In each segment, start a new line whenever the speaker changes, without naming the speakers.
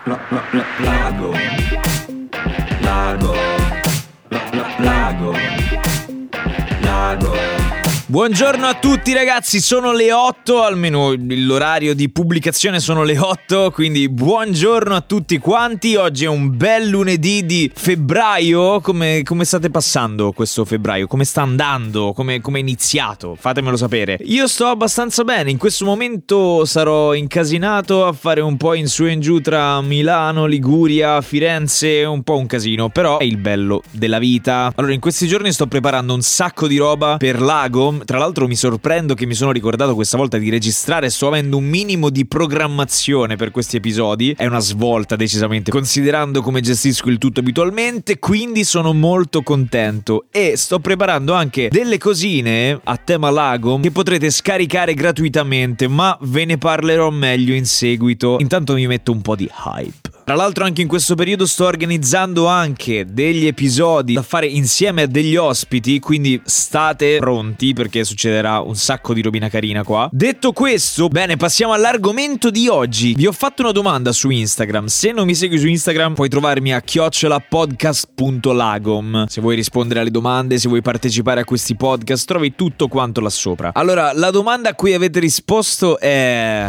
Lago. Buongiorno a tutti ragazzi, sono le 8, almeno l'orario di pubblicazione sono le 8, quindi buongiorno a tutti quanti. Oggi è un bel lunedì di febbraio. Come state passando questo febbraio? Come sta andando? Come è iniziato? Fatemelo sapere. Io sto abbastanza bene, in questo momento sarò incasinato a fare un po' in su e in giù tra Milano, Liguria, Firenze, un po' un casino, però è il bello della vita. Allora, in questi giorni sto preparando un sacco di roba per Lago. Tra l'altro mi sorprendo che mi sono ricordato questa volta di registrare. Sto avendo un minimo di programmazione per questi episodi. È una svolta decisamente, considerando come gestisco il tutto abitualmente, quindi sono molto contento. E sto preparando anche delle cosine a tema Lago che potrete scaricare gratuitamente, ma ve ne parlerò meglio in seguito. Intanto mi metto un po' di hype. Tra l'altro anche in questo periodo sto organizzando anche degli episodi da fare insieme a degli ospiti, quindi state pronti perché succederà un sacco di robina carina qua. Detto questo, bene, passiamo all'argomento di oggi. Vi ho fatto una domanda su Instagram. Se non mi segui su Instagram puoi trovarmi a @podcast.lagom. Se vuoi rispondere alle domande, se vuoi partecipare a questi podcast, trovi tutto quanto là sopra. Allora, la domanda a cui avete risposto è: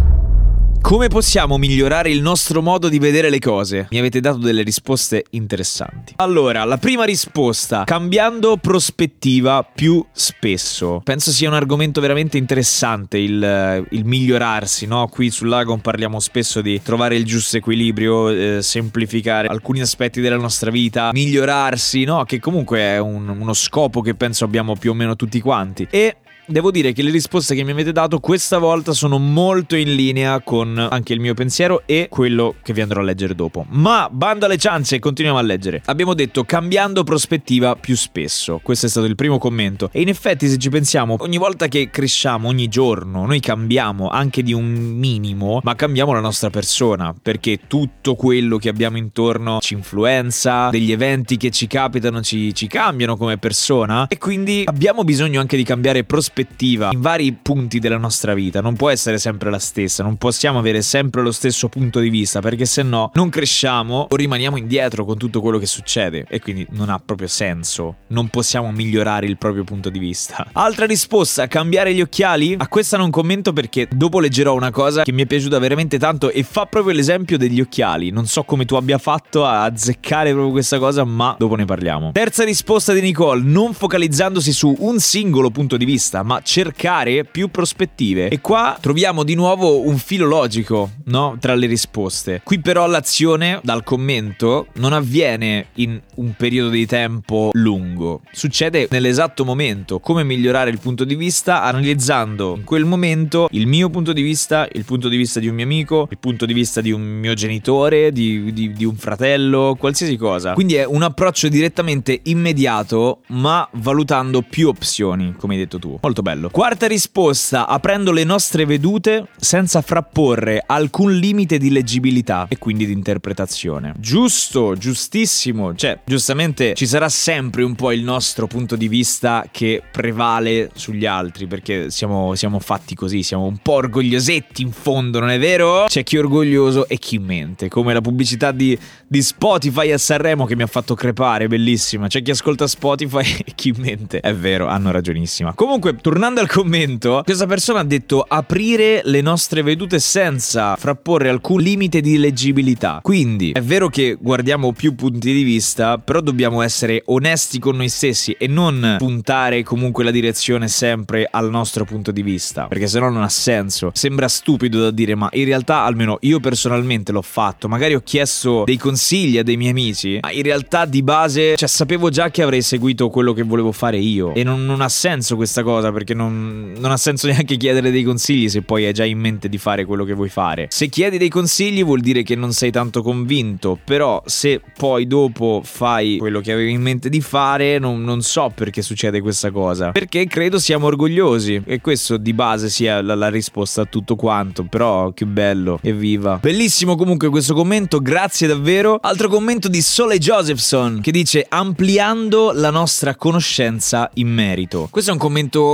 come possiamo migliorare il nostro modo di vedere le cose? Mi avete dato delle risposte interessanti. Allora, la prima risposta: cambiando prospettiva più spesso. Penso sia un argomento veramente interessante il migliorarsi, no? Qui sul Lago parliamo spesso di trovare il giusto equilibrio, semplificare alcuni aspetti della nostra vita, migliorarsi, no? Che comunque è uno scopo che penso abbiamo più o meno tutti quanti. E devo dire che le risposte che mi avete dato questa volta sono molto in linea con anche il mio pensiero e quello che vi andrò a leggere dopo. Ma bando alle ciance, continuiamo a leggere. Abbiamo detto cambiando prospettiva più spesso. Questo è stato il primo commento. E in effetti, se ci pensiamo, ogni volta che cresciamo, ogni giorno, noi cambiamo anche di un minimo, ma cambiamo la nostra persona, perché tutto quello che abbiamo intorno ci influenza, degli eventi che ci capitano ci cambiano come persona, e quindi abbiamo bisogno anche di cambiare prospettiva in vari punti della nostra vita. Non può essere sempre la stessa, non possiamo avere sempre lo stesso punto di vista, perché se no non cresciamo o rimaniamo indietro con tutto quello che succede, e quindi non ha proprio senso, non possiamo migliorare il proprio punto di vista. Altra risposta: cambiare gli occhiali. A questa non commento perché dopo leggerò una cosa che mi è piaciuta veramente tanto e fa proprio l'esempio degli occhiali. Non so come tu abbia fatto a azzeccare proprio questa cosa, ma dopo ne parliamo. Terza risposta di Nicole: non focalizzandosi su un singolo punto di vista, ma cercare più prospettive. E qua troviamo di nuovo un filo logico, no? Tra le risposte. Qui però l'azione dal commento non avviene in un periodo di tempo lungo, succede nell'esatto momento. Come migliorare il punto di vista? Analizzando in quel momento il mio punto di vista, il punto di vista di un mio amico, il punto di vista di un mio genitore, di un fratello, qualsiasi cosa. Quindi è un approccio direttamente immediato, ma valutando più opzioni, come hai detto tu. Molto bello. Quarta risposta: aprendo le nostre vedute senza frapporre alcun limite di leggibilità e quindi di interpretazione. Giusto, giustissimo. Cioè, giustamente ci sarà sempre un po' il nostro punto di vista che prevale sugli altri, perché siamo fatti così, siamo un po' orgogliosetti in fondo, non è vero? C'è chi è orgoglioso e chi mente, come la pubblicità di Spotify a Sanremo che mi ha fatto crepare, bellissima. C'è chi ascolta Spotify e chi mente. È vero, hanno ragionissima. Comunque, tornando al commento, questa persona ha detto aprire le nostre vedute senza frapporre alcun limite di leggibilità. Quindi è vero che guardiamo più punti di vista, però dobbiamo essere onesti con noi stessi e non puntare comunque la direzione sempre al nostro punto di vista, perché sennò non ha senso. Sembra stupido da dire, ma in realtà almeno io personalmente l'ho fatto. Magari ho chiesto dei consigli a dei miei amici, ma in realtà di base, cioè, sapevo già che avrei seguito quello che volevo fare io, e non ha senso questa cosa, perché non ha senso neanche chiedere dei consigli se poi hai già in mente di fare quello che vuoi fare. Se chiedi dei consigli vuol dire che non sei tanto convinto, però se poi dopo fai quello che avevi in mente di fare, non so perché succede questa cosa, perché credo siamo orgogliosi, e questo di base sia la risposta a tutto quanto. Però che bello, evviva, bellissimo comunque questo commento, grazie davvero. Altro commento di Sole Josephson che dice ampliando la nostra conoscenza in merito. Questo è un commento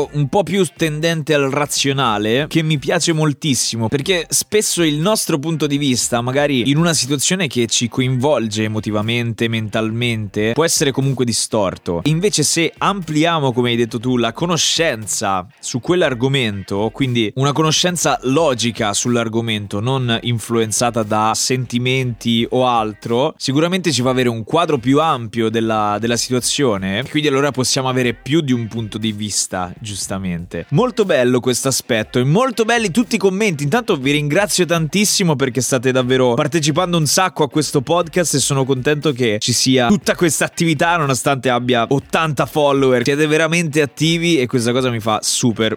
un po' più tendente al razionale, che mi piace moltissimo, perché spesso il nostro punto di vista, magari in una situazione che ci coinvolge emotivamente, mentalmente, può essere comunque distorto. Invece se ampliamo, come hai detto tu, la conoscenza su quell'argomento, quindi una conoscenza logica sull'argomento, non influenzata da sentimenti o altro, sicuramente ci fa avere un quadro più ampio della situazione, quindi allora possiamo avere più di un punto di vista, giustamente. Molto bello questo aspetto e molto belli tutti i commenti. Intanto vi ringrazio tantissimo perché state davvero partecipando un sacco a questo podcast e sono contento che ci sia tutta questa attività nonostante abbia 80 follower. Siete veramente attivi e questa cosa mi fa super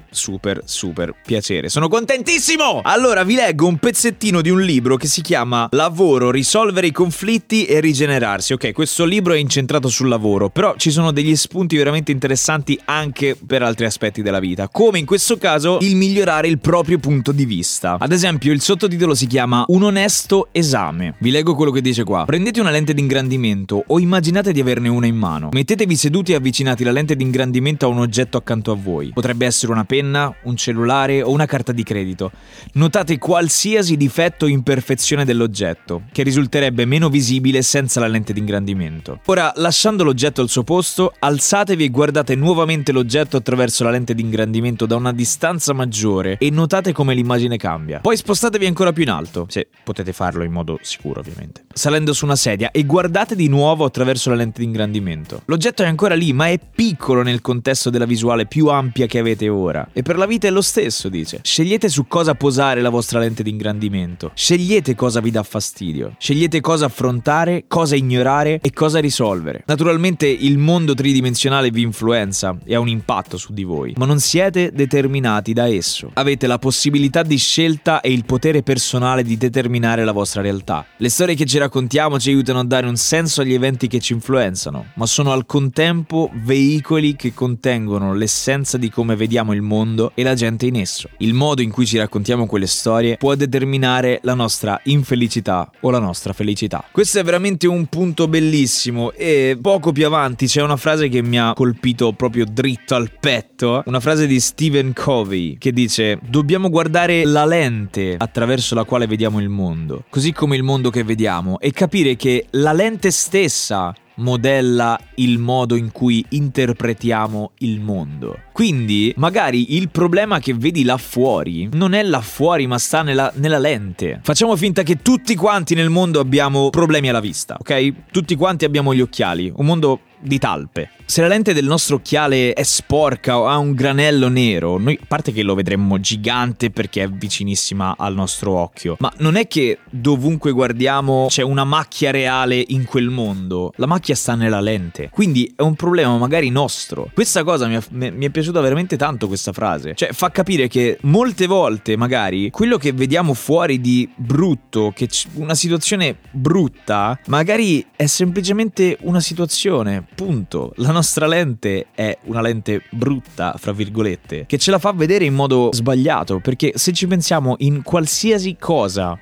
piacere. Sono contentissimo! Allora vi leggo un pezzettino di un libro che si chiama Lavoro, risolvere i conflitti e rigenerarsi. Ok, questo libro è incentrato sul lavoro, però ci sono degli spunti veramente interessanti anche per altri aspetti della vita, come in questo caso il migliorare il proprio punto di vista. Ad esempio il sottotitolo si chiama Un onesto esame. Vi leggo quello che dice qua. Prendete una lente di ingrandimento o immaginate di averne una in mano. Mettetevi seduti e avvicinati la lente di ingrandimento a un oggetto accanto a voi. Potrebbe essere una penna, un cellulare o una carta di credito. Notate qualsiasi difetto o imperfezione dell'oggetto, che risulterebbe meno visibile senza la lente di ingrandimento. Ora, lasciando l'oggetto al suo posto, alzatevi e guardate nuovamente l'oggetto attraverso la lente di ingrandimento da una distanza maggiore e notate come l'immagine cambia. Poi spostatevi ancora più in alto, se potete farlo in modo sicuro ovviamente, salendo su una sedia e guardate di nuovo attraverso la lente di ingrandimento. L'oggetto è ancora lì, ma è piccolo nel contesto della visuale più ampia che avete ora. E per la vita è lo stesso, dice. Scegliete su cosa posare la vostra lente di ingrandimento. Scegliete cosa vi dà fastidio. Scegliete cosa affrontare, cosa ignorare e cosa risolvere. Naturalmente il mondo tridimensionale vi influenza e ha un impatto su di voi, ma non siete determinati da esso. Avete la possibilità di scelta e il potere personale di determinare la vostra realtà. Le storie che ci raccontiamo ci aiutano a dare un senso agli eventi che ci influenzano, ma sono al contempo veicoli che contengono l'essenza di come vediamo il mondo e la gente in esso. Il modo in cui ci raccontiamo quelle storie può determinare la nostra infelicità o la nostra felicità. Questo è veramente un punto bellissimo e poco più avanti c'è una frase che mi ha colpito proprio dritto al petto, una frase di Stephen Covey che dice: dobbiamo guardare la lente attraverso la quale vediamo il mondo, così come il mondo che vediamo, e capire che la lente stessa modella il modo in cui interpretiamo il mondo. Quindi magari il problema che vedi là fuori non è là fuori, ma sta nella lente. Facciamo finta che tutti quanti nel mondo abbiamo problemi alla vista, ok? Tutti quanti abbiamo gli occhiali, un mondo di talpe. Se la lente del nostro occhiale è sporca o ha un granello nero, noi, a parte che lo vedremmo gigante perché è vicinissima al nostro occhio, ma non è che dovunque guardiamo c'è una macchia reale in quel mondo. La macchia sta nella lente, quindi è un problema magari nostro. Questa cosa mi è piaciuta veramente tanto, questa frase. Cioè fa capire che molte volte magari quello che vediamo fuori di brutto, che una situazione brutta, magari è semplicemente una situazione, punto. La nostra lente è una lente brutta, fra virgolette, che ce la fa vedere in modo sbagliato, perché se ci pensiamo, in qualsiasi cosa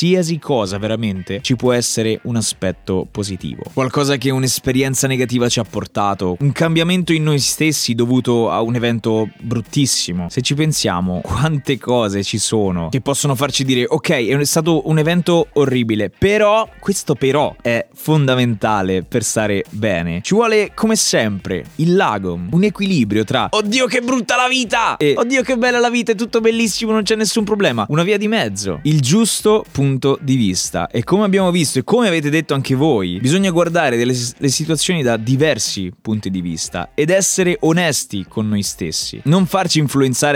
veramente, ci può essere un aspetto positivo, qualcosa che un'esperienza negativa ci ha portato, un cambiamento in noi stessi dovuto a un evento bruttissimo. Se ci pensiamo, quante cose ci sono che possono farci dire: ok, è stato un evento orribile, però questo però è fondamentale per stare bene. Ci vuole, come sempre, il lago, un equilibrio tra oddio che brutta la vita e oddio che bella la vita, è tutto bellissimo, non c'è nessun problema. Una via di mezzo, il giusto punto di vista. E come abbiamo visto e come avete detto anche voi, bisogna guardare le situazioni da diversi punti di vista ed essere onesti con noi stessi, non farci influenzare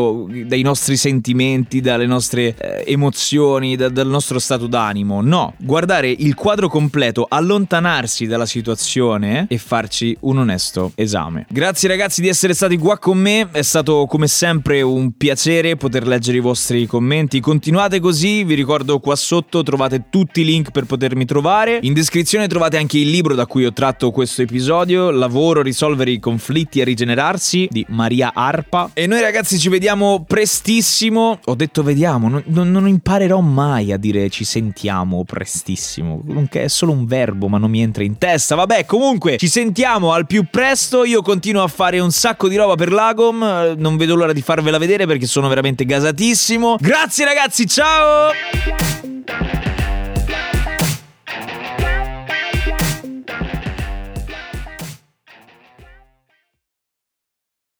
dai nostri sentimenti, dalle nostre emozioni, dal nostro stato d'animo. No, guardare il quadro completo, allontanarsi dalla situazione e farci un onesto esame. Grazie ragazzi di essere stati qua con me, è stato come sempre un piacere poter leggere i vostri commenti. Continuate così, vi ricordo qua sotto trovate tutti i link per potermi trovare. In descrizione trovate anche il libro da cui ho tratto questo episodio, Lavoro, risolvere i conflitti e rigenerarsi. di Maria Arpa. E noi ragazzi ci vediamo prestissimo. Ho detto vediamo, non imparerò mai a dire ci sentiamo prestissimo, che è solo un verbo ma non mi entra in testa. Vabbè, comunque ci sentiamo al più presto. Io continuo a fare un sacco di roba per Lagom, non vedo l'ora di farvela vedere perché sono veramente gasatissimo. Grazie ragazzi, ciao!